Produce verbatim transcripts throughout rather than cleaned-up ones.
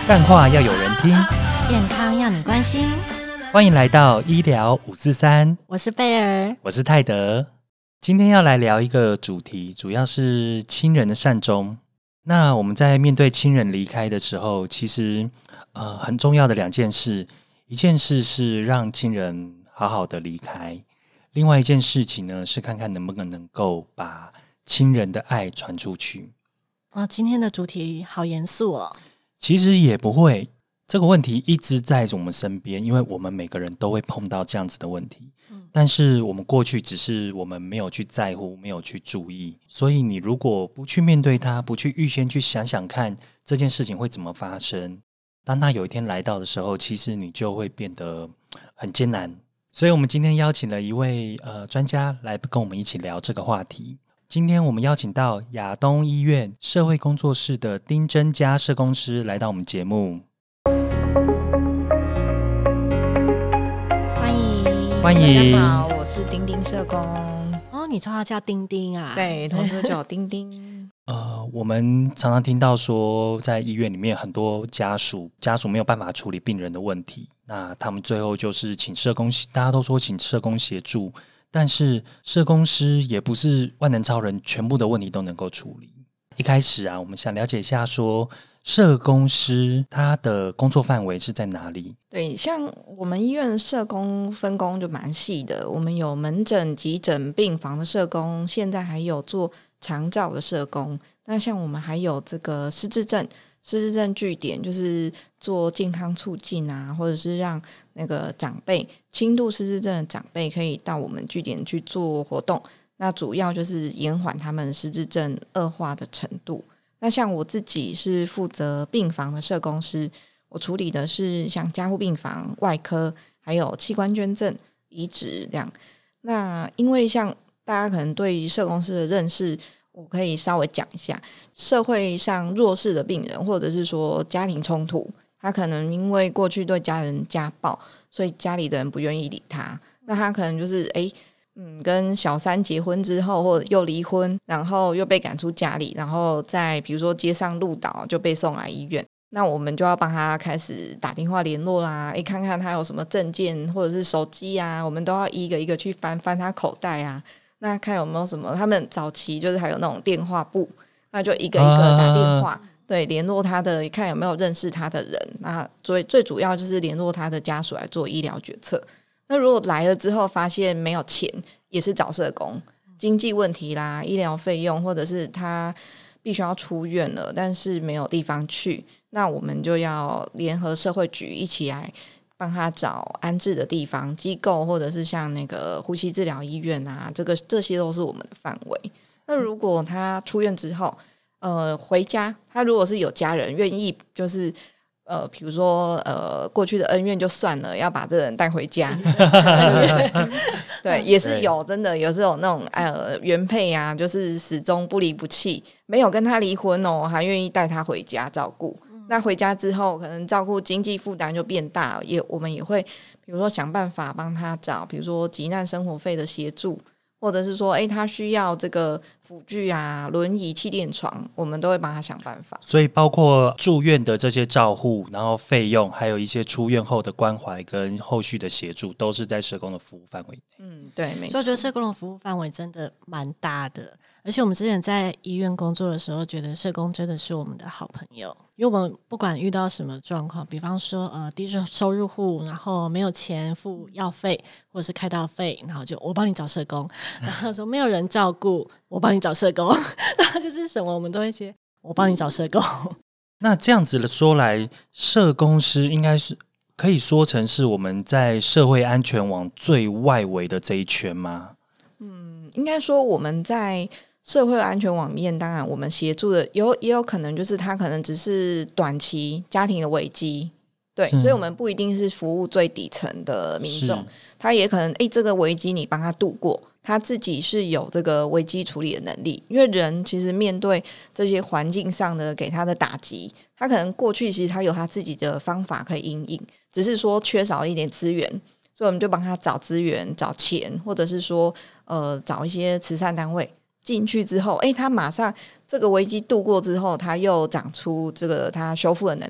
干话要有人听， 健康要你关心。 欢迎来到医疗五四三， 我是贝儿， 我是泰德。今天要来聊一个主题，主要是亲人的善终。那我们在面对亲人离开的时候，其实呃很重要的两件事，一件事是让亲人好好的离开，另外一件事情呢是看看能不能够把亲人的爱传出去。 哇，今天的主题好严肃哦。 其实也不会，这个问题一直在我们身边，因为我们每个人都会碰到这样子的问题、嗯、但是我们过去只是我们没有去在乎，没有去注意，所以你如果不去面对它，不去预先去想想看这件事情会怎么发生，当它有一天来到的时候，其实你就会变得很艰难。所以我们今天邀请了一位呃专家来跟我们一起聊这个话题。今天我们邀请到亚东医院社会工作室的丁真佳社工师来到我们节目。 欢迎欢迎， 大家好，我是丁丁社工。 哦，你知道他叫丁丁啊？ 对，同事叫我丁丁。 呃，我们常常听到说，在医院里面很多家属家属没有办法处理病人的问题，那他们最后就是请社工，大家都说请社工协助，但是社工师也不是万能超人，全部的问题都能够处理。一开始啊，我们想了解一下说，社工师他的工作范围是在哪里？ 对，像我们医院社工分工就蛮细的，我们有门诊、急诊、病房的社工，现在还有做长照的社工。那像我们还有这个失智症失智症据点，就是做健康促进啊，或者是让那个长辈轻度失智症的长辈可以到我们据点去做活动，那主要就是延缓他们失智症恶化的程度。那像我自己是负责病房的社工师，我处理的是像加护病房、外科还有器官捐赠、移植这样。那因为像大家可能对社工师的认识，我可以稍微讲一下，社会上弱势的病人，或者是说家庭冲突，他可能因为过去对家人家暴，所以家里的人不愿意理他，那他可能就是诶嗯，跟小三结婚之后，或者又离婚，然后又被赶出家里，然后在比如说街上路倒就被送来医院，那我们就要帮他开始打电话联络啦，诶看看他有什么证件或者是手机啊，我们都要一个一个去翻翻他口袋啊，那看有没有什么，他们早期就是还有那种电话簿，那就一个一个打电话、啊、对，联络他的，看有没有认识他的人，那最最主要就是联络他的家属来做医疗决策。那如果来了之后发现没有钱，也是找社工，经济问题啦、医疗费用，或者是他必须要出院了但是没有地方去，那我们就要联合社会局一起来帮他找安置的地方机构，或者是像那个呼吸治疗医院啊，这个这些都是我们的范围。那如果他出院之后呃，回家，他如果是有家人愿意就是呃，比如说呃，过去的恩怨就算了，要把这个人带回家对，也是有，真的有这种那种呃原配啊，就是始终不离不弃，没有跟他离婚哦，还愿意带他回家照顾、嗯、那回家之后可能照顾经济负担就变大，也我们也会比如说想办法帮他找比如说急难生活费的协助，或者是说诶他需要这个辅具啊、轮椅、气垫床，我们都会帮他想办法。 所以包括住院的这些照护，然后费用，还有一些出院后的关怀跟后续的协助，都是在社工的服务范围内。 嗯，对，没错。 所以我觉得社工的服务范围真的蛮大的，而且我们之前在医院工作的时候，觉得社工真的是我们的好朋友，因为我们不管遇到什么状况，比方说呃低收入户，然后没有钱付药费或者是开刀费，然后就我帮你找社工，然后说没有人照顾，我帮你找社工，然后就是什么我们都会接，我帮你找社工。 那这样子的说来，社工师应该是可以说成是我们在社会安全网最外围的这一圈吗？ 嗯，应该说我们在社会安全网面，当然我们协助的有也有可能就是他可能只是短期家庭的危机，对，所以我们不一定是服务最底层的民众，他也可能诶这个危机你帮他度过，他自己是有这个危机处理的能力，因为人其实面对这些环境上的给他的打击，他可能过去其实他有他自己的方法可以因应，只是说缺少一点资源，所以我们就帮他找资源、找钱，或者是说呃找一些慈善单位进去之后，诶他马上这个危机度过之后，他又长出这个他修复的能力，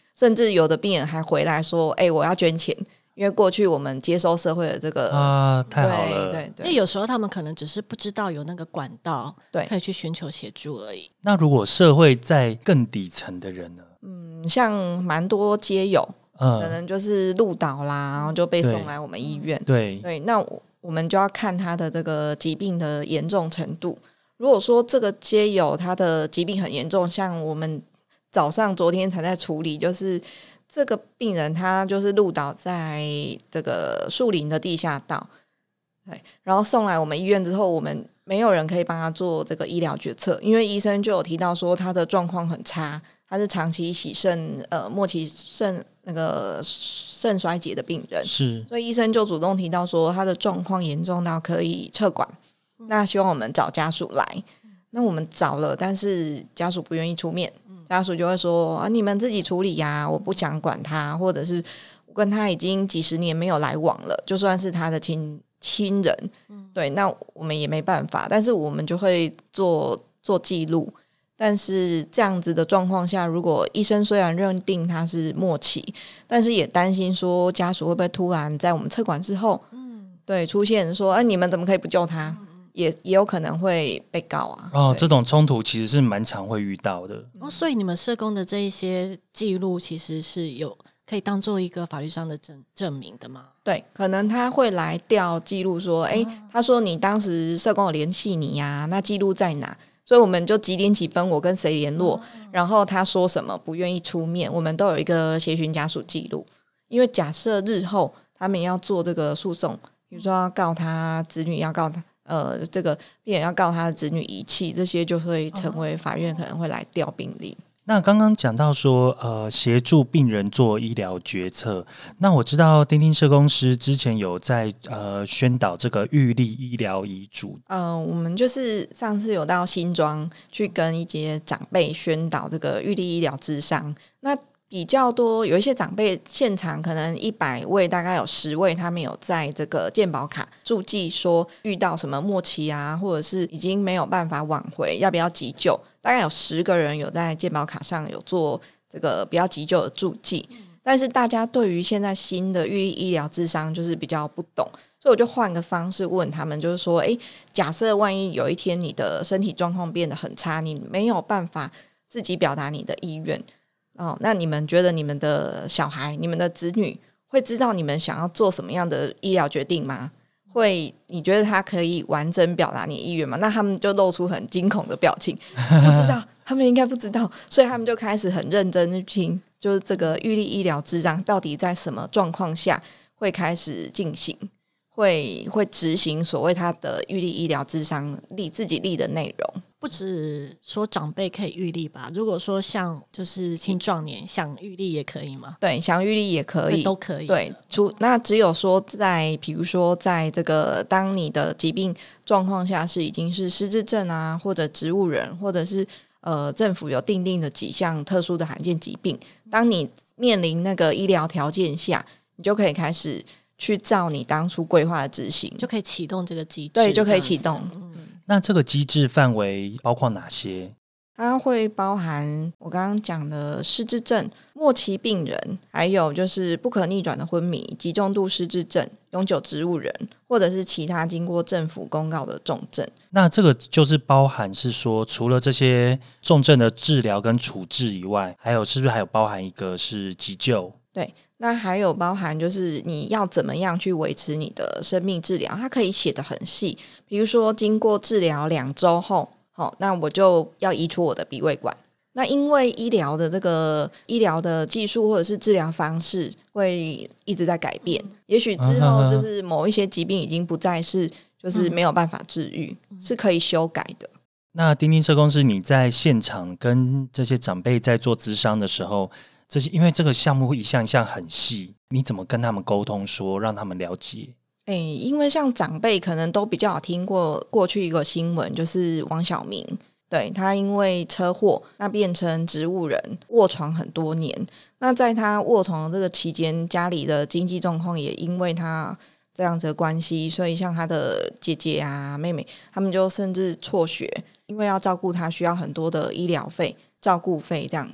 甚至有的病人还回来说哎、欸，我要捐钱，因为过去我们接收社会的这个啊，太好了， 对对因为有时候他们可能只是不知道有那个管道对可以去寻求协助而已。 那如果社会在更底层的人呢？ 嗯，像蛮多街友、嗯、可能就是路倒啦，然后就被送来我们医院。 对对，那我们就要看他的这个疾病的严重程度。如果说这个街友他的疾病很严重，像我们早上昨天才在处理，就是这个病人他就是路倒在这个树林的地下道，对，然后送来我们医院之后，我们没有人可以帮他做这个医疗决策，因为医生就有提到说他的状况很差，他是长期洗肾呃末期肾那个肾衰竭的病人， 是， 所以医生就主动提到说他的状况严重到可以撤管，那希望我们找家属来。那我们找了，但是家属不愿意出面，家属就会说啊，你们自己处理呀，我不想管他，或者是我跟他已经几十年没有来往了，就算是他的亲亲人，对，那我们也没办法，但是我们就会做做记录。但是这样子的状况下，如果医生虽然认定他是末期，但是也担心说家属会不会突然在我们撤管之后，嗯，对，出现说，哎、啊，你们怎么可以不救他？也也有可能会被告啊。 哦，这种冲突其实是蛮常会遇到的。 哦，所以你们社工的这一些记录，其实是有可以当做一个法律上的证证明的吗？ 对，可能他会来调记录说，哎、哦，他说你当时社工有联系你呀、啊，那记录在哪？所以我们就几点几分我跟谁联络、哦，然后他说什么不愿意出面，我们都有一个协寻家属记录。因为假设日后他们要做这个诉讼，比如说要告他子女，要告他。呃，这个病人要告他的子女遗弃，这些就会成为法院可能会来调病历。 那刚刚讲到说，呃，协助病人做医疗决策。那我知道丁丁社工师之前有在呃宣导这个预立医疗遗嘱。 呃，我们就是上次有到新庄去跟一些长辈宣导这个预立医疗咨商。那比较多有一些长辈现场可能一百位大概有十位他们有在这个健保卡注记说遇到什么末期啊，或者是已经没有办法挽回要不要急救，大概有十个人有在健保卡上有做这个不要急救的注记、嗯、但是大家对于现在新的预立医疗咨商就是比较不懂，所以我就换个方式问他们，就是说诶，假设万一有一天你的身体状况变得很差，你没有办法自己表达你的意愿哦，那你们觉得你们的小孩、你们的子女会知道你们想要做什么样的医疗决定吗？会，你觉得他可以完整表达你的意愿吗？那他们就露出很惊恐的表情，不知道，他们应该不知道，所以他们就开始很认真去听，就是这个预立医疗咨商到底在什么状况下会开始进行，会会执行所谓他的预立医疗咨商立自己立的内容。 不只说长辈可以预立吧，如果说像就是青壮年想预立也可以吗？ 对，想预立也可以， 都可以。 对，除那只有说在比如说在这个当你的疾病状况下是已经是失智症啊，或者植物人，或者是呃政府有订定的几项特殊的罕见疾病，当你面临那个医疗条件下，你就可以开始去照你当初规划的执行， 就可以启动这个机制。 对，就可以启动。 嗯， 那这个机制范围包括哪些？ 它会包含我刚刚讲的失智症、末期病人，还有就是不可逆转的昏迷、极重度失智症、永久植物人，或者是其他经过政府公告的重症。 那这个就是包含是说，除了这些重症的治疗跟处置以外，还有是不是还有包含一个是急救？ 对，那还有包含就是你要怎么样去维持你的生命治疗，它可以写得很细，比如说经过治疗两周后，好，那我就要移除我的鼻胃管。那因为医疗的这个医疗的技术或者是治疗方式会一直在改变，也许之后就是某一些疾病已经不再是就是没有办法治愈，嗯、是可以修改的。 那丁丁社工师，你在现场跟这些长辈在做咨商的时候，这些因为这个项目一项一项很细，你怎么跟他们沟通说让他们了解？ 欸、因为像长辈可能都比较有听过过去一个新闻，就是王晓明，对，他因为车祸那变成植物人，卧床很多年。那在他卧床的这个期间，家里的经济状况也因为他这样子的关系，所以像他的姐姐啊妹妹他们就甚至辍学，因为要照顾他需要很多的医疗费照顾费这样子。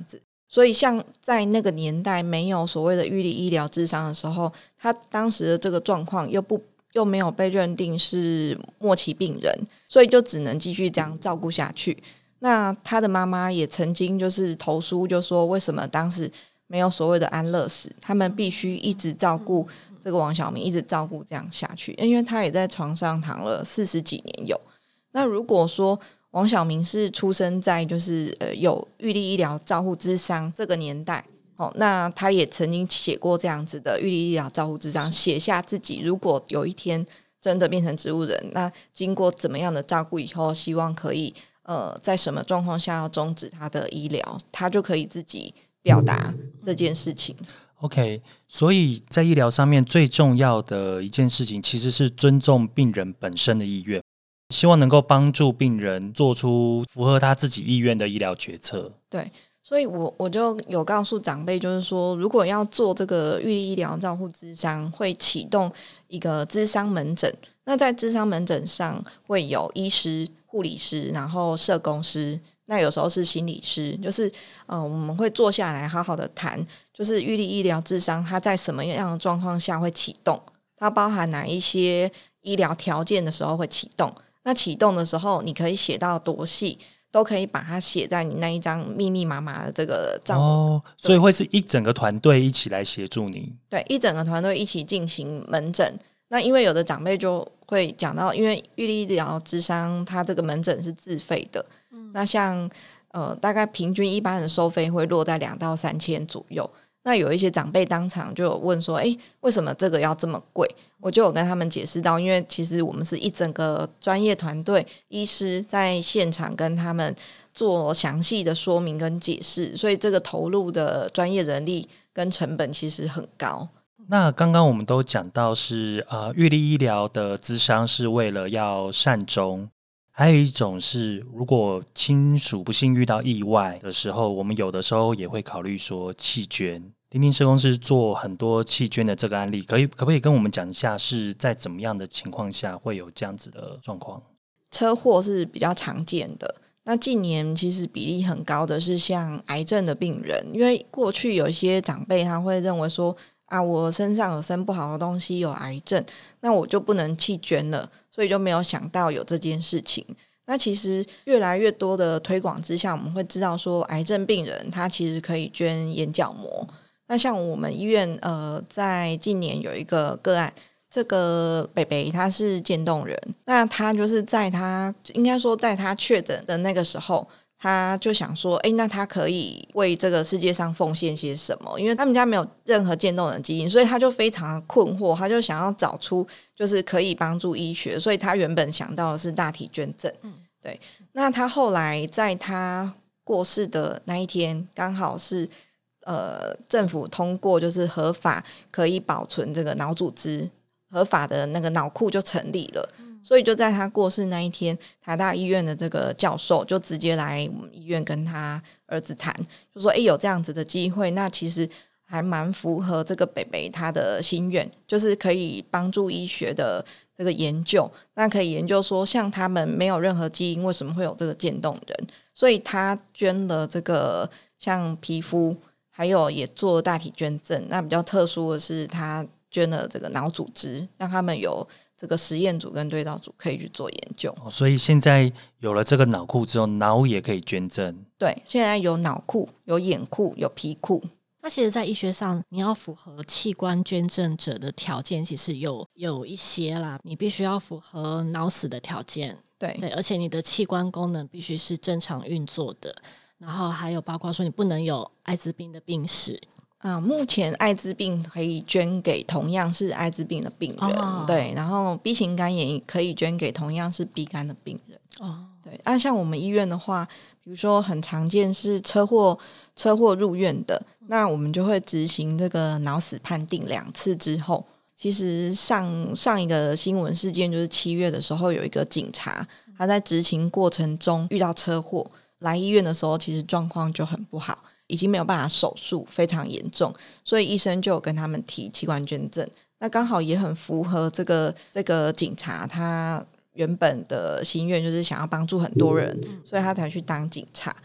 所以像在那个年代没有所谓的预立医疗諮商的时候，他当时的这个状况又不又没有被认定是末期病人，所以就只能继续这样照顾下去。那他的妈妈也曾经就是投诉，就说为什么当时没有所谓的安乐死，他们必须一直照顾这个王晓明，一直照顾这样下去，因为他也在床上躺了四十几年有。那如果说王晓明是出生在就是呃有预立医疗照护諮商这个年代，哦，那他也曾经写过这样子的预立医疗照护諮商，写下自己如果有一天真的变成植物人，那经过怎么样的照顾以后，希望可以呃在什么状况下要终止他的医疗，他就可以自己表达这件事情。 OK， 所以在医疗上面最重要的一件事情其实是尊重病人本身的意愿，希望能够帮助病人做出符合他自己意愿的医疗决策。 对，所以我我就有告诉长辈，就是说如果要做这个预立医疗照护諮商，会启动一个諮商门诊。那在諮商门诊上会有医师、护理师，然后社工师，那有时候是心理师，就是呃我们会坐下来好好的谈，就是预立医疗諮商它在什么样的状况下会启动，它包含哪一些医疗条件的时候会启动，那启动的时候你可以写到多细，都可以把它写在你那一张密密麻麻的这个照、 哦、所以会是一整个团队一起来协助你。 对，一整个团队一起进行门诊。那因为有的长辈就会讲到，因为预立医疗諮商它这个门诊是自费的、嗯、那像呃大概平均一般的收费会落在两到三千左右。那有一些长辈当场就有问说，诶，为什么这个要这么贵？我就有跟他们解释到，因为其实我们是一整个专业团队医师在现场跟他们做详细的说明跟解释，所以这个投入的专业人力跟成本其实很高。 那刚刚我们都讲到是呃，预立医疗的諮商是为了要善终，还有一种是如果亲属不幸遇到意外的时候，我们有的时候也会考虑说弃捐。丁丁社工是做很多弃捐的这个案例，可以可不可以跟我们讲一下是在怎么样的情况下会有这样子的状况？ 车祸是比较常见的，那近年其实比例很高的是像癌症的病人，因为过去有一些长辈他会认为说啊，我身上有生不好的东西，有癌症，那我就不能弃捐了，所以就没有想到有这件事情。那其实越来越多的推广之下，我们会知道说癌症病人他其实可以捐眼角膜。那像我们医院呃，在近年有一个个案，这个北北他是渐冻人，那他就是在他应该说在他确诊的那个时候，他就想说，诶，那他可以为这个世界上奉献些什么？因为他们家没有任何渐冻人基因，所以他就非常困惑，他就想要找出就是可以帮助医学，所以他原本想到的是大体捐赠。嗯，对。那他后来在他过世的那一天，刚好是呃政府通过就是合法可以保存这个脑组织，合法的那个脑库就成立了。所以就在他过世那一天，台大医院的这个教授就直接来我们医院跟他儿子谈，就说诶，有这样子的机会，那其实还蛮符合这个北北他的心愿，就是可以帮助医学的这个研究，那可以研究说像他们没有任何基因为什么会有这个渐冻人，所以他捐了这个像皮肤，还有也做大体捐赠。那比较特殊的是他捐了这个脑组织，让他们有这个实验组跟对照组可以去做研究。 哦，所以现在有了这个脑库之后，脑也可以捐赠。 对，现在有脑库、有眼库、有皮库。 那其实在医学上你要符合器官捐赠者的条件其实有有一些啦，你必须要符合脑死的条件。 对对，而且你的器官功能必须是正常运作的，然后还有包括说你不能有艾滋病的病史。 嗯，目前艾滋病可以捐给同样是艾滋病的病人。哦，对，然后 B 型肝炎可以捐给同样是 B 肝的病人。哦，对，啊，像我们医院的话，比如说很常见是车祸车祸入院的，那我们就会执行这个脑死判定两次之后，其实上上一个新闻事件就是七月的时候，有一个警察他在执勤过程中遇到车祸，来医院的时候其实状况就很不好，已经没有办法手术，非常严重，所以医生就有跟他们提器官捐赠。那刚好也很符合这个这个警察他原本的心愿，就是想要帮助很多人，所以他才去当警察。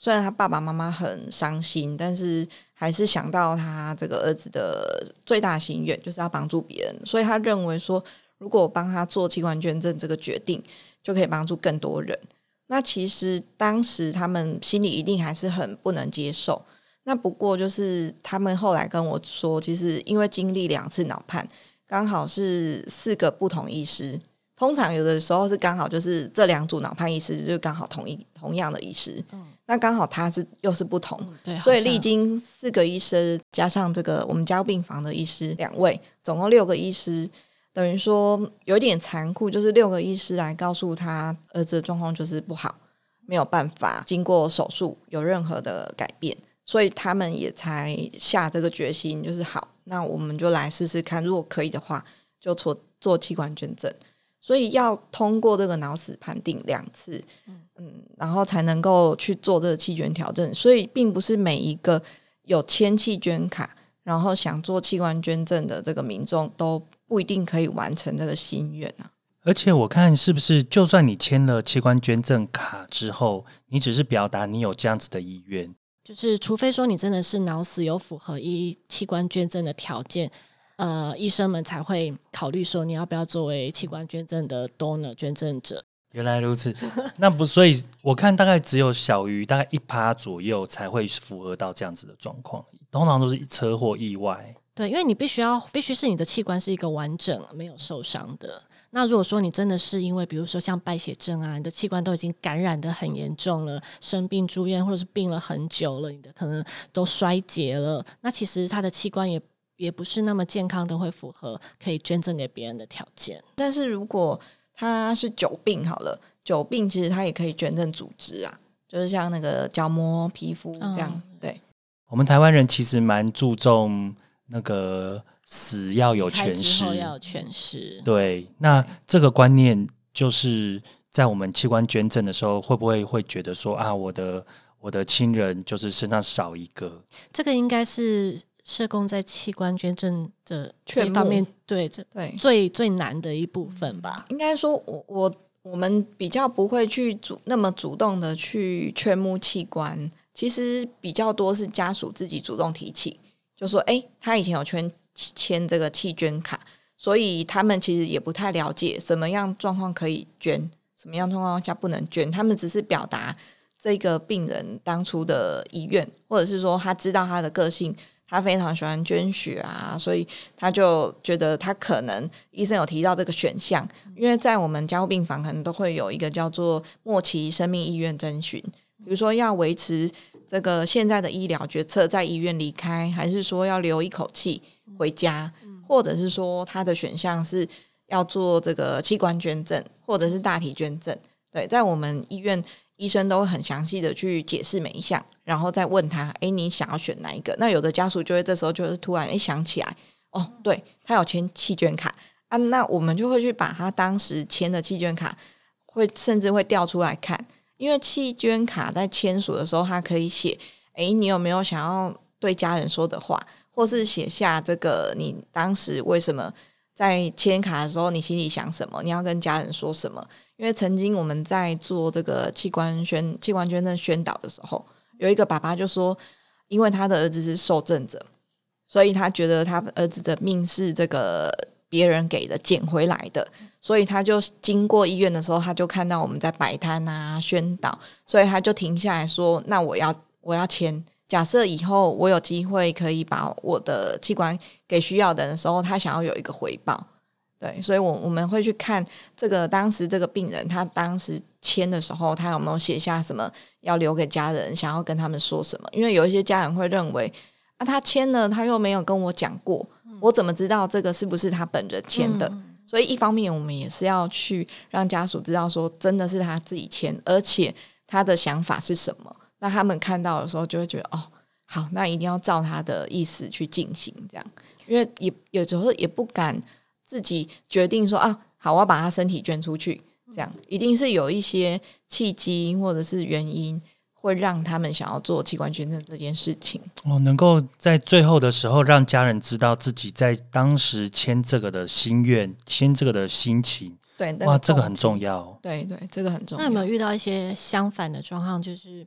虽然他爸爸妈妈很伤心，但是还是想到他这个儿子的最大心愿就是要帮助别人，所以他认为说如果我帮他做器官捐赠这个决定就可以帮助更多人。那其实当时他们心里一定还是很不能接受，那不过就是他们后来跟我说，其实因为经历两次脑判，刚好是四个不同医师，通常有的时候是刚好就是这两组脑判医师就是刚好同一同样的医师、嗯、那刚好他是又是不同、嗯、对，所以历经四个医师加上这个我们加护病房的医师两位，总共六个医师，等于说有点残酷，就是六个医师来告诉他儿子的状况就是不好，没有办法经过手术有任何的改变，所以他们也才下这个决心，就是好，那我们就来试试看，如果可以的话就做做器官捐赠。所以要通过这个脑死判定两次，嗯，然后才能够去做这个器捐调整。所以并不是每一个有签器捐卡然后想做器官捐赠的这个民众都不一定可以完成这个心愿啊。 而且我看是不是就算你签了器官捐赠卡之后，你只是表达你有这样子的意愿， 就是除非说你真的是脑死有符合医器官捐赠的条件，呃，医生们才会考虑说你要不要作为器官捐赠的 donor 捐赠者。 原来如此，那不，所以我看大概只有小于大概一趴左右才会符合到这样子的状况，通常都是车祸意外。 对，因为你必须要必须是你的器官是一个完整没有受伤的。那如果说你真的是因为比如说像败血症啊，你的器官都已经感染得很严重了，生病住院或者是病了很久了，你的可能都衰竭了，那其实他的器官也也不是那么健康的会符合可以捐赠给别人的条件。 但是如果他是久病好了，久病其实他也可以捐赠组织啊，就是像那个角膜皮肤这样、嗯、对。 我们台湾人其实蛮注重那个死要有全尸， 后要有全尸。 对，那这个观念就是在我们器官捐赠的时候，会不会会觉得说啊，我的我的亲人就是身上少一个？ 这个应该是社工在器官捐赠的这一方面，对对最最难的一部分吧。 应该说我我我们比较不会去主那么主动的去劝募器官，其实比较多是家属自己主动提起，就说哎，他以前有签签这个器捐卡，所以他们其实也不太了解什么样状况可以捐，什么样状况下不能捐，他们只是表达这个病人当初的意愿，或者是说他知道他的个性，他非常喜欢捐血啊，所以他就觉得他可能医生有提到这个选项，因为在我们加护病房可能都会有一个叫做末期生命意愿征询，比如说要维持这个现在的医疗决策在医院离开，还是说要留一口气回家、嗯、或者是说他的选项是要做这个器官捐赠或者是大体捐赠。对，在我们医院医生都会很详细的去解释每一项，然后再问他诶你想要选哪一个。那有的家属就会这时候就是突然诶想起来，哦对，他有签器捐卡啊，那我们就会去把他当时签的器捐卡会甚至会调出来看，因为器捐卡在签署的时候他可以写诶你有没有想要对家人说的话，或是写下这个你当时为什么在签卡的时候你心里想什么，你要跟家人说什么。因为曾经我们在做这个器官宣器官捐赠宣导的时候，有一个爸爸就说因为他的儿子是受赠者，所以他觉得他儿子的命是这个别人给的捡回来的，所以他就经过医院的时候他就看到我们在摆摊啊宣导，所以他就停下来说那我要我要签，假设以后我有机会可以把我的器官给需要的人的时候，他想要有一个回报。对，所以我我们会去看这个当时这个病人他当时签的时候他有没有写下什么要留给家人，想要跟他们说什么。因为有一些家人会认为啊，他签了他又没有跟我讲过、嗯、我怎么知道这个是不是他本人签的、嗯、所以一方面我们也是要去让家属知道说真的是他自己签，而且他的想法是什么，那他们看到的时候就会觉得哦好，那一定要照他的意思去进行这样。因为也有时候也不敢自己决定说啊，好，我要把他身体捐出去，这样一定是有一些契机或者是原因会让他们想要做器官捐赠这件事情。 哦，能够在最后的时候让家人知道自己在当时签这个的心愿，签这个的心情， 对， 哇，这个很重要。 对对，这个很重要。 那有没有遇到一些相反的状况，就是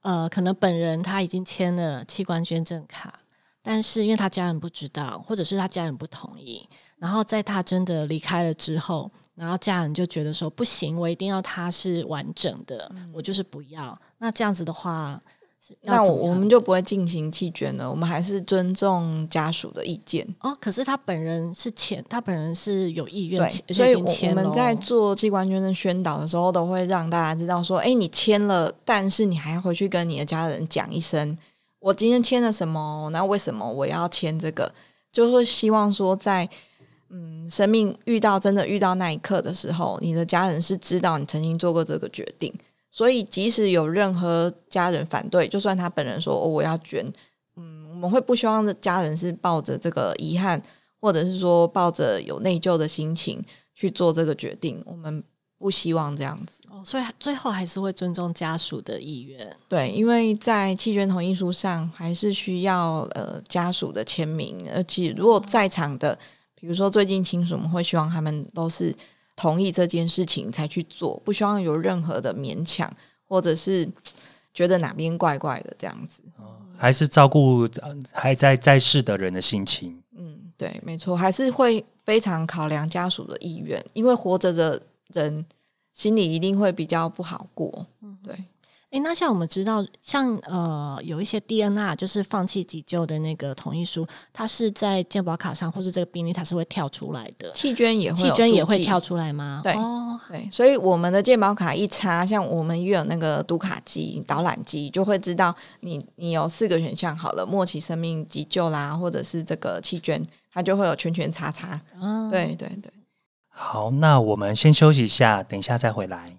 呃，可能本人他已经签了器官捐赠卡，但是因为他家人不知道，或者是他家人不同意，然后在他真的离开了之后，然后家人就觉得说不行，我一定要他是完整的，嗯、我就是不要。那这样子的话， 那我们就不会进行器捐了，我们还是尊重家属的意见。 哦，可是他本人是签，他本人是有意愿， 对，所以我们在做器官捐赠宣导的时候，都会让大家知道说，哎，你签了，但是你还要回去跟你的家人讲一声，我今天签了什么，那为什么我要签这个，就会希望说在嗯，生命遇到真的遇到那一刻的时候，你的家人是知道你曾经做过这个决定。所以即使有任何家人反对，就算他本人说、哦、我要捐，嗯，我们会不希望家人是抱着这个遗憾，或者是说抱着有内疚的心情去做这个决定，我们不希望这样子。 哦，所以最后还是会尊重家属的意愿。 对，因为在器捐同意书上还是需要呃家属的签名，而且如果在场的比如说最近亲属，我们会希望他们都是同意这件事情才去做，不希望有任何的勉强，或者是觉得哪边怪怪的这样子、 哦、还是照顾还在在世的人的心情。 嗯，对，没错，还是会非常考量家属的意愿，因为活着的人心里一定会比较不好过。对， 诶，那像我们知道，像呃有一些 D N R 就是放弃急救的那个同意书，它是在健保卡上或是这个病历它是会跳出来的。 器捐也会有器捐也会跳出来吗？ 对、哦、对，所以我们的健保卡一插，像我们有那个读卡机导览机，就会知道你你有四个选项好了，末期生命急救啦，或者是这个器捐，它就会有圈圈叉叉、哦、对对对。 好，那我们先休息一下，等一下再回来。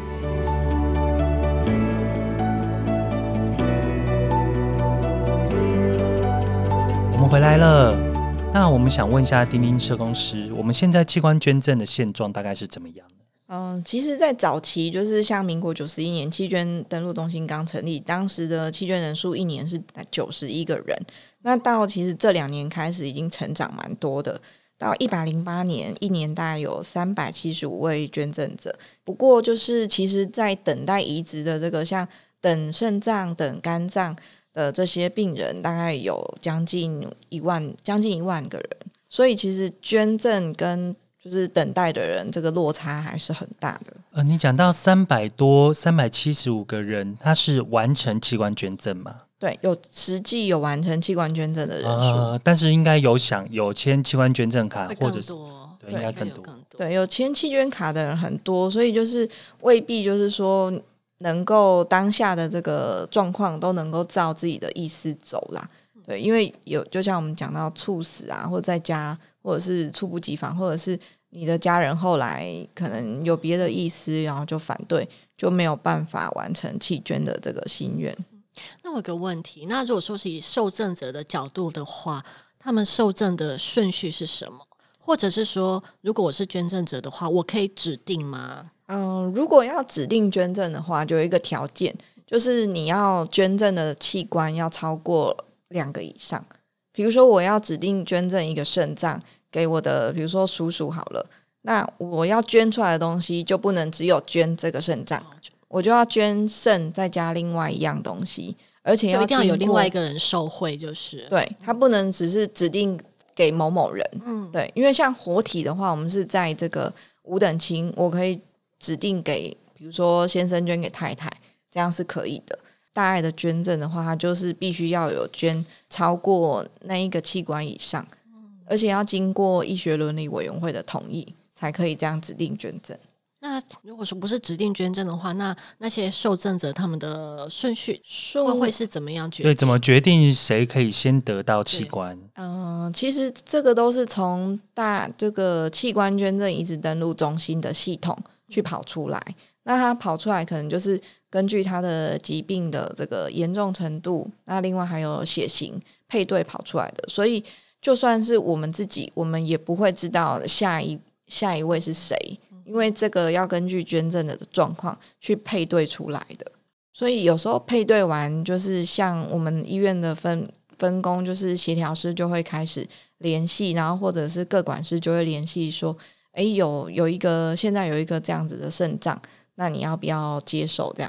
我们回来了，那我们想问一下丁丁社工师，我们现在器官捐赠的现状大概是怎么样的？ 嗯，其实在早期就是像民国九十一年器捐登录中心刚成立，当时的器捐人数一年是九十一个人，那到其实这两年开始已经成长蛮多的，到一百零八年一年大概有三百七十五位捐赠者。不过就是其实在等待移植的这个像等肾脏等肝脏的这些病人大概有将近一万将近一万个人，所以其实捐赠跟就是等待的人这个落差还是很大的。 呃，你讲到三百多三百七十五个人，他是完成器官捐赠吗？ 对，有实际有完成器官捐赠的人数、 呃、但是应该有想有签器官捐赠卡，或者是对，应该更多。 对，有签器捐卡的人很多，所以就是未必就是说能够当下的这个状况都能够照自己的意思走啦。对，因为有就像我们讲到猝死啊，或者在家，或者是猝不及防，或者是你的家人后来可能有别的意思，然后就反对，就没有办法完成器捐的这个心愿。 那我有个问题，那如果说是以受赠者的角度的话，他们受赠的顺序是什么？或者是说如果我是捐赠者的话，我可以指定吗？ 嗯，如果要指定捐赠的话，就有一个条件，就是你要捐赠的器官要超过两个以上。比如说我要指定捐赠一个肾脏给我的比如说叔叔好了，那我要捐出来的东西就不能只有捐这个肾脏，我就要捐肾再加另外一样东西，而且要一定要有另外一个人受惠，就是对，他不能只是指定给某某人。嗯，对，因为像活体的话，我们是在这个五等亲，我可以指定给比如说先生捐给太太，这样是可以的。大爱的捐赠的话，它就是必须要有捐超过那一个器官以上，而且要经过医学伦理委员会的同意才可以这样指定捐赠。 那如果说不是指定捐赠的话，那那些受赠者他们的顺序会会是怎么样决定？ 对，怎么决定谁可以先得到器官？ 嗯、呃，其实这个都是从大这个器官捐赠移植登录中心的系统去跑出来。那它跑出来可能就是根据它的疾病的这个严重程度，那另外还有血型配对跑出来的，所以就算是我们自己，我们也不会知道下一下一位是谁，因为这个要根据捐赠的状况去配对出来的。所以有时候配对完，就是像我们医院的分分工，就是协调师就会开始联系，然后或者是各管师就会联系说，诶，有有一个现在有一个这样子的肾脏，那你要不要接受这样？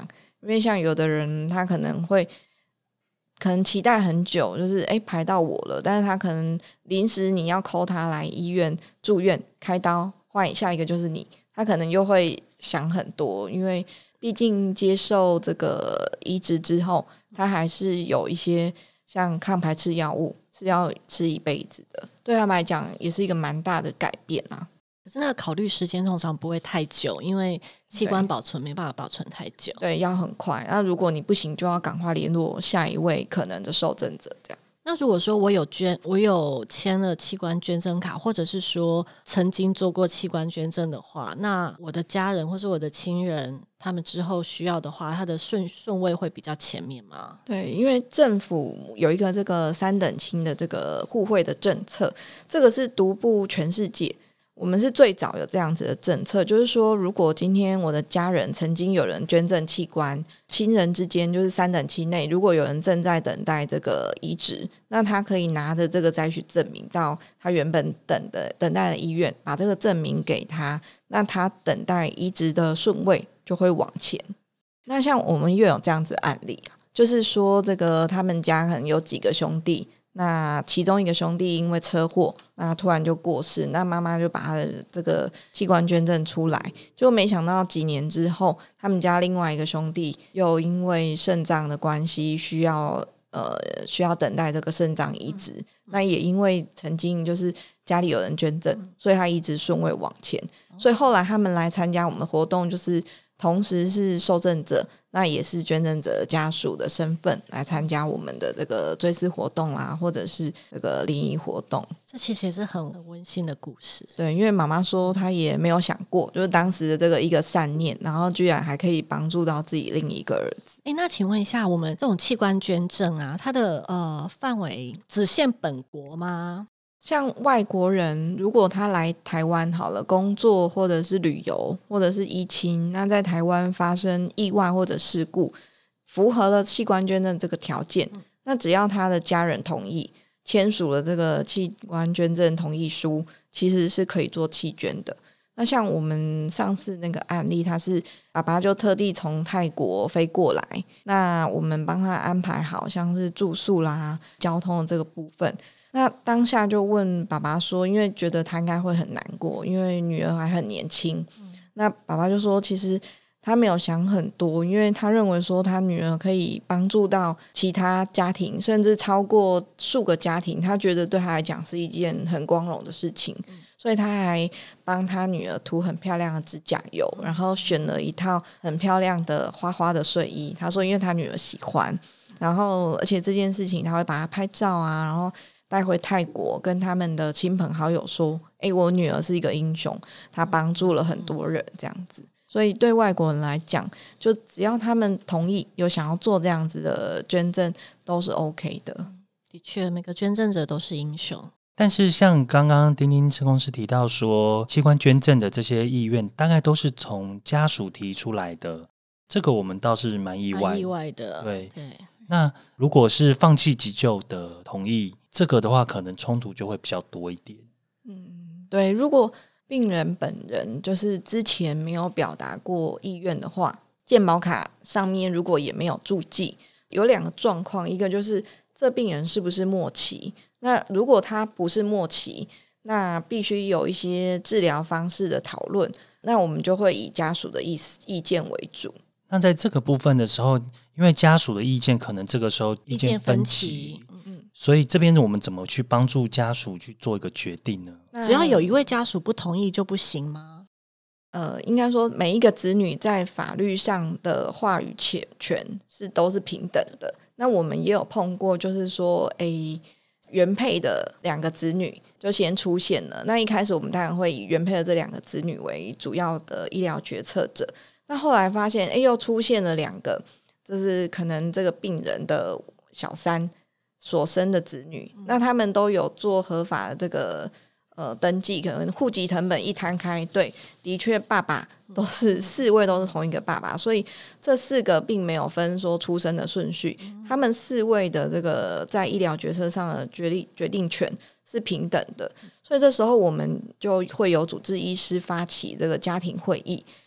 因为像有的人他可能会可能期待很久，就是哎排到我了，但是他可能临时你要 call 他来医院住院开刀，换下一个就是你，他可能又会想很多，因为毕竟接受这个移植之后，他还是有一些像抗排斥药物是要吃一辈子的，对他们来讲也是一个蛮大的改变啊。 可是那个考虑时间通常不会太久，因为器官保存没办法保存太久。 对，要很快。那如果你不行，就要赶快联络下一位可能的受赠者这样。 那如果说我有捐，我有签了器官捐赠卡，或者是说曾经做过器官捐赠的话，那我的家人或是我的亲人，他们之后需要的话，他的顺顺位会比较前面吗？ 对，因为政府有一个这个三等亲的这个互惠的政策，这个是独步全世界。我们是最早有这样子的政策，就是说如果今天我的家人曾经有人捐赠器官，亲人之间就是三等亲内，如果有人正在等待这个移植，那他可以拿着这个再去证明到他原本等的等待的医院，把这个证明给他，那他等待移植的顺位就会往前。那像我们又有这样子的案例，就是说这个他们家可能有几个兄弟，那其中一个兄弟因为车祸，那突然就过世，那妈妈就把他的这个器官捐赠出来，就没想到几年之后，他们家另外一个兄弟又因为肾脏的关系需要呃需要等待这个肾脏移植，那也因为曾经就是家里有人捐赠，所以他一直顺位往前，所以后来他们来参加我们的活动，就是同时是受赠者，那也是捐赠者家属的身份来参加我们的这个追思活动啦，或者是这个联谊活动。 这其实也是很温馨的故事。 对，因为妈妈说她也没有想过，就是当时的这个一个善念，然后居然还可以帮助到自己另一个儿子。 诶，那请问一下，我们这种器官捐赠啊，它的呃范围只限本国吗？ 像外国人如果他来台湾好了工作或者是旅游或者是依亲，那在台湾发生意外或者事故，符合了器官捐赠这个条件，那只要他的家人同意，签署了这个器官捐赠同意书，其实是可以做器捐的。那像我们上次那个案例，他是爸爸就特地从泰国飞过来，那我们帮他安排好像是住宿啦交通的这个部分，那当下就问爸爸说，因为觉得他应该会很难过，因为女儿还很年轻、嗯、那爸爸就说其实他没有想很多，因为他认为说他女儿可以帮助到其他家庭，甚至超过数个家庭，他觉得对他来讲是一件很光荣的事情、嗯、所以他还帮他女儿涂很漂亮的指甲油，然后选了一套很漂亮的花花的睡衣，他说因为他女儿喜欢，然后而且这件事情他会把它拍照啊，然后带回泰国跟他们的亲朋好友说，诶，我女儿是一个英雄，她帮助了很多人这样子。所以对外国人来讲，就只要他们同意有想要做这样子的捐赠都是 OK 的。 的确每个捐赠者都是英雄。 但是像刚刚丁丁社工师提到说，器官捐赠的这些意愿大概都是从家属提出来的，这个我们倒是蛮意外蛮意外的。 对对。 那如果是放弃急救的同意，这个的话可能冲突就会比较多一点。 嗯，对，如果病人本人就是之前没有表达过意愿的话，健保卡上面如果也没有注记，有两个状况，一个就是这病人是不是末期，那如果他不是末期，那必须有一些治疗方式的讨论，那我们就会以家属的意思意见为主。 那在这个部分的时候，因为家属的意见可能这个时候意见分歧， 嗯， 所以这边我们怎么去帮助家属去做一个决定呢？ 只要有一位家属不同意就不行吗？ 呃，应该说每一个子女在法律上的话语权是都是平等的。那我们也有碰过，就是说，诶，原配的两个子女就先出现了。那一开始我们当然会以原配的这两个子女为主要的医疗决策者。那后来发现，诶，又出现了两个，就是可能这个病人的小三所生的子女，嗯、那他们都有做合法的这个。呃，登记可能户籍成本一摊开，对，的确爸爸都是四位都是同一个爸爸，所以这四个并没有分说出生的顺序，他们四位的这个在医疗决策上的决定决定权是平等的，所以这时候我们就会有主治医师发起这个家庭会议，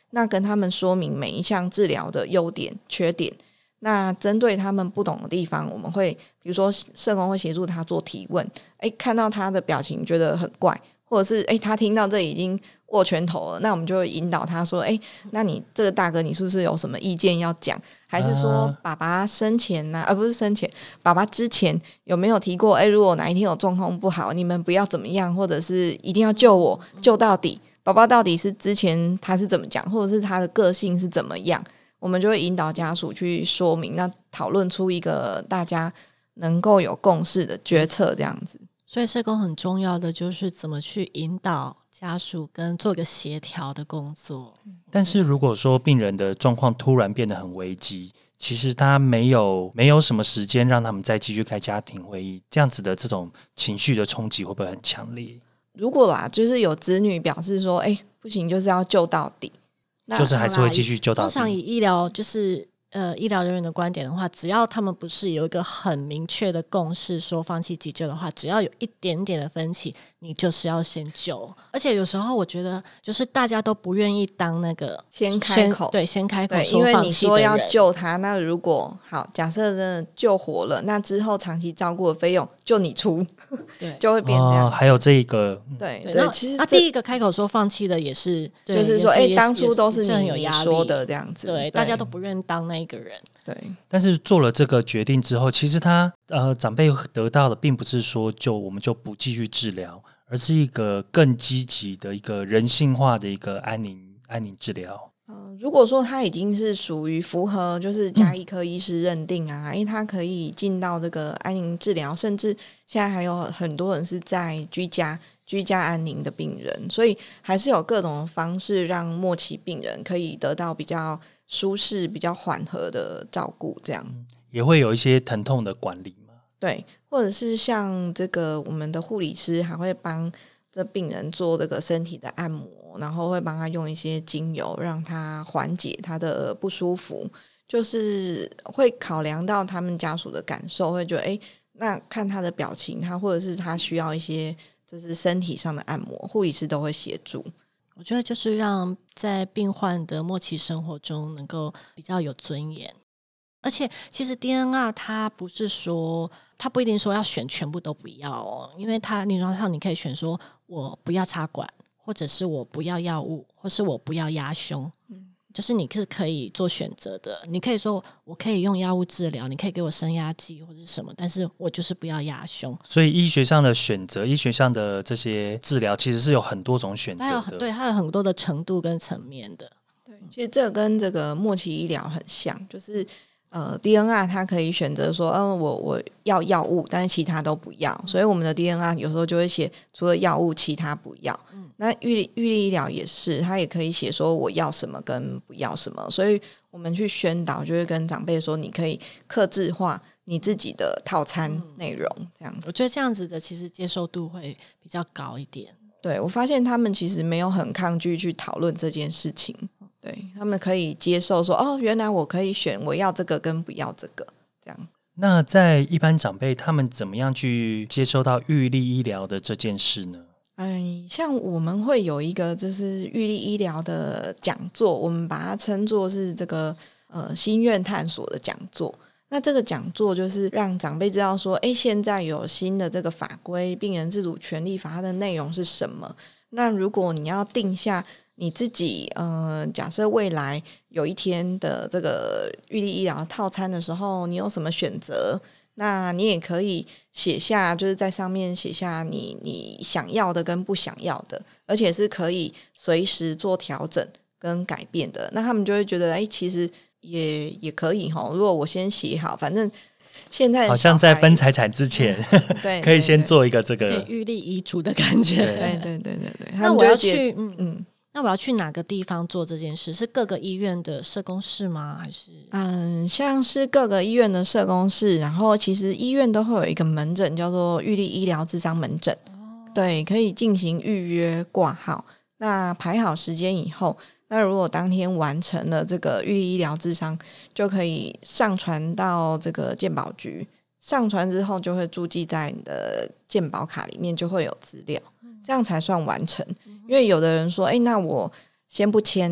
那跟他们说明每一项治疗的优点缺点，那针对他们不懂的地方，我们会比如说社工会协助他做提问，诶，看到他的表情觉得很怪，或者是诶他听到这已经握拳头了，那我们就会引导他说，诶那你这个大哥你是不是有什么意见要讲，还是说爸爸生前啊，而、呃、不是生前爸爸之前有没有提过，诶如果哪一天有状况不好，你们不要怎么样，或者是一定要救我救到底，爸爸到底是之前他是怎么讲，或者是他的个性是怎么样，我们就会引导家属去说明，那讨论出一个大家能够有共识的决策这样子。 所以社工很重要的就是怎么去引导家属跟做一个协调的工作。 但是如果说病人的状况突然变得很危急，其实他没有没有什么时间让他们再继续开家庭会议，这样子的这种情绪的冲击会不会很强烈？ 如果啦，就是有子女表示说，哎、欸，不行，就是要救到底，那就是还是会继续救到底。 通常以医疗就是呃医疗人员的观点的话，只要他们不是有一个很明确的共识说放弃急救的话，只要有一点点的分歧，你就是要先救。而且有时候我觉得，就是大家都不愿意当那个先开口， 对，先开口说说放弃的人。 因为你说要救他，那如果好，假设真的救活了，那之后长期照顾的费用就你出，对，就会变这样、 哦。还有这一个， 对对，对其实他、啊、第一个开口说放弃的也是， 就是说，哎、欸，当初都是你你说的这样子， 对，对大家都不愿意当那个人。 对， 但是做了这个决定之后，其实他呃长辈得到的并不是说就我们就不继续治疗，而是一个更积极的一个人性化的一个安宁安宁治疗。 呃，如果说他已经是属于符合就是家医科医师认定啊，因为他可以进到这个安宁治疗，甚至现在还有很多人是在居家居家安宁的病人，所以还是有各种方式让末期病人可以得到比较舒适比较缓和的照顾，这样、嗯、 也会有一些疼痛的管理嘛， 对，或者是像这个我们的护理师还会帮这病人做这个身体的按摩，然后会帮他用一些精油让他缓解他的不舒服，就是会考量到他们家属的感受，会觉得哎，那看他的表情，他或者是他需要一些就是身体上的按摩，护理师都会协助。 我觉得就是让在病患的末期生活中能够比较有尊严。而且其实 D N R 它不是说，它不一定说要选全部都不要哦，因为它临床上你可以选说我不要插管，或者是我不要药物，或是我不要压胸、嗯、就是你是可以做选择的。你可以说我可以用药物治疗，你可以给我升压剂或者是什么，但是我就是不要压胸。 所以医学上的选择，医学上的这些治疗其实是有很多种选择的， 对，它有很多的程度跟层面的。 对，其实这个跟这个末期医疗很像，就是呃 D N R 它可以选择说，嗯、呃，我我要药物，但是其他都不要，所以我们的 D N R 有时候就会写除了药物其他不要。嗯、那预预立医疗也是，它也可以写说我要什么跟不要什么，所以我们去宣导就会跟长辈说，你可以客制化你自己的套餐内容，这样子、嗯。 我觉得这样子的其实接受度会比较高一点。 对，我发现他们其实没有很抗拒去讨论这件事情。对，他们可以接受说，哦，原来我可以选我要这个跟不要这个这样。 那在一般长辈他们怎么样去接收到预立医疗的这件事呢？ 哎，像我们会有一个就是预立医疗的讲座，我们把它称作是这个呃心愿探索的讲座。那这个讲座就是让长辈知道说，哎，现在有新的这个法规病人自主权利法，它的内容是什么。那如果你要定下你自己呃，假设未来有一天的这个预立医疗套餐的时候，你有什么选择？那你也可以写下，就是在上面写下你你想要的跟不想要的，而且是可以随时做调整跟改变的。那他们就会觉得，哎，其实也也可以齁。如果我先写好，反正现在好像在分财产之前， 对， 可以先做一个这个预立遗嘱的感觉。 对对对对对。 那我要去，嗯嗯。那我要去哪个地方做这件事？是各个医院的社工室吗？还是嗯，像是各个医院的社工室，然后其实医院都会有一个门诊叫做预立医疗諮商门诊、哦、对，可以进行预约挂号。那排好时间以后，那如果当天完成了这个预立医疗諮商，就可以上传到这个健保局，上传之后就会注记在你的健保卡里面，就会有资料，这样才算完成。因为有的人说，哎，那我先不签，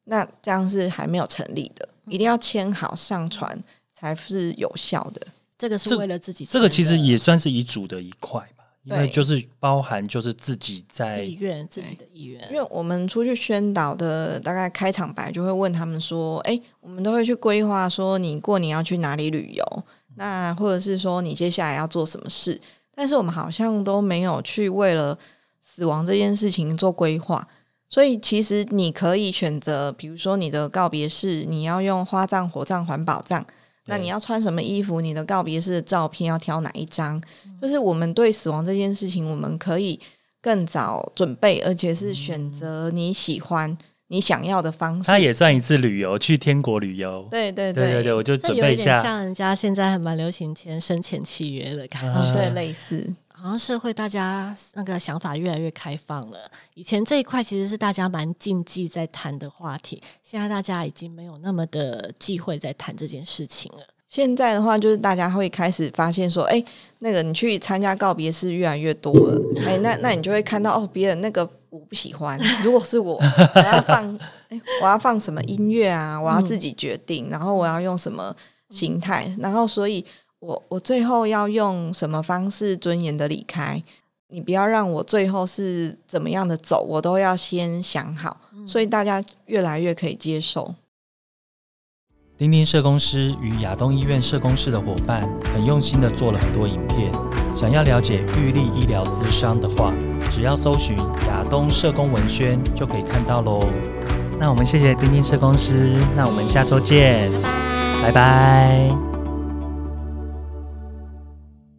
那这样是还没有成立的，一定要签好上传才是有效的。 这个是为了自己签的， 这个其实也算是遗嘱的一块吧，因为就是包含就是自己在意愿，自己的意愿。 因为我们出去宣导的大概开场白就会问他们说，哎，我们都会去规划说你过年要去哪里旅游，那或者是说你接下来要做什么事，但是我们好像都没有去为了死亡这件事情做规划。所以其实你可以选择，比如说你的告别式你要用花葬、火葬、环保葬，那你要穿什么衣服，你的告别式的照片要挑哪一张，就是我们对死亡这件事情我们可以更早准备，而且是选择你喜欢你想要的方式。 它也算一次旅游，去天国旅游。 对对对对对对，我就准备一下。 这有点像人家现在还蛮流行签生前契约的感觉、 嗯、对，类似。 好像社会大家那个想法越来越开放了，以前这一块其实是大家蛮禁忌在谈的话题，现在大家已经没有那么的忌讳在谈这件事情了。 现在的话就是大家会开始发现说，哎，那个你去参加告别式越来越多了，哎，那那你就会看到哦，别人那个我不喜欢，如果是我我要放哎，我要放什么音乐啊，我要自己决定、嗯、然后我要用什么形态、嗯、然后所以我我最后要用什么方式尊严的离开，你不要让我最后是怎么样的走，我都要先想好、嗯、所以大家越来越可以接受。 丁丁社工师与亚东医院社工室的伙伴很用心的做了很多影片，想要了解预立医疗咨商的话，只要搜寻亚东社工文宣就可以看到咯。那我们谢谢丁丁社工师，那我们下周见， 拜拜。 拜拜。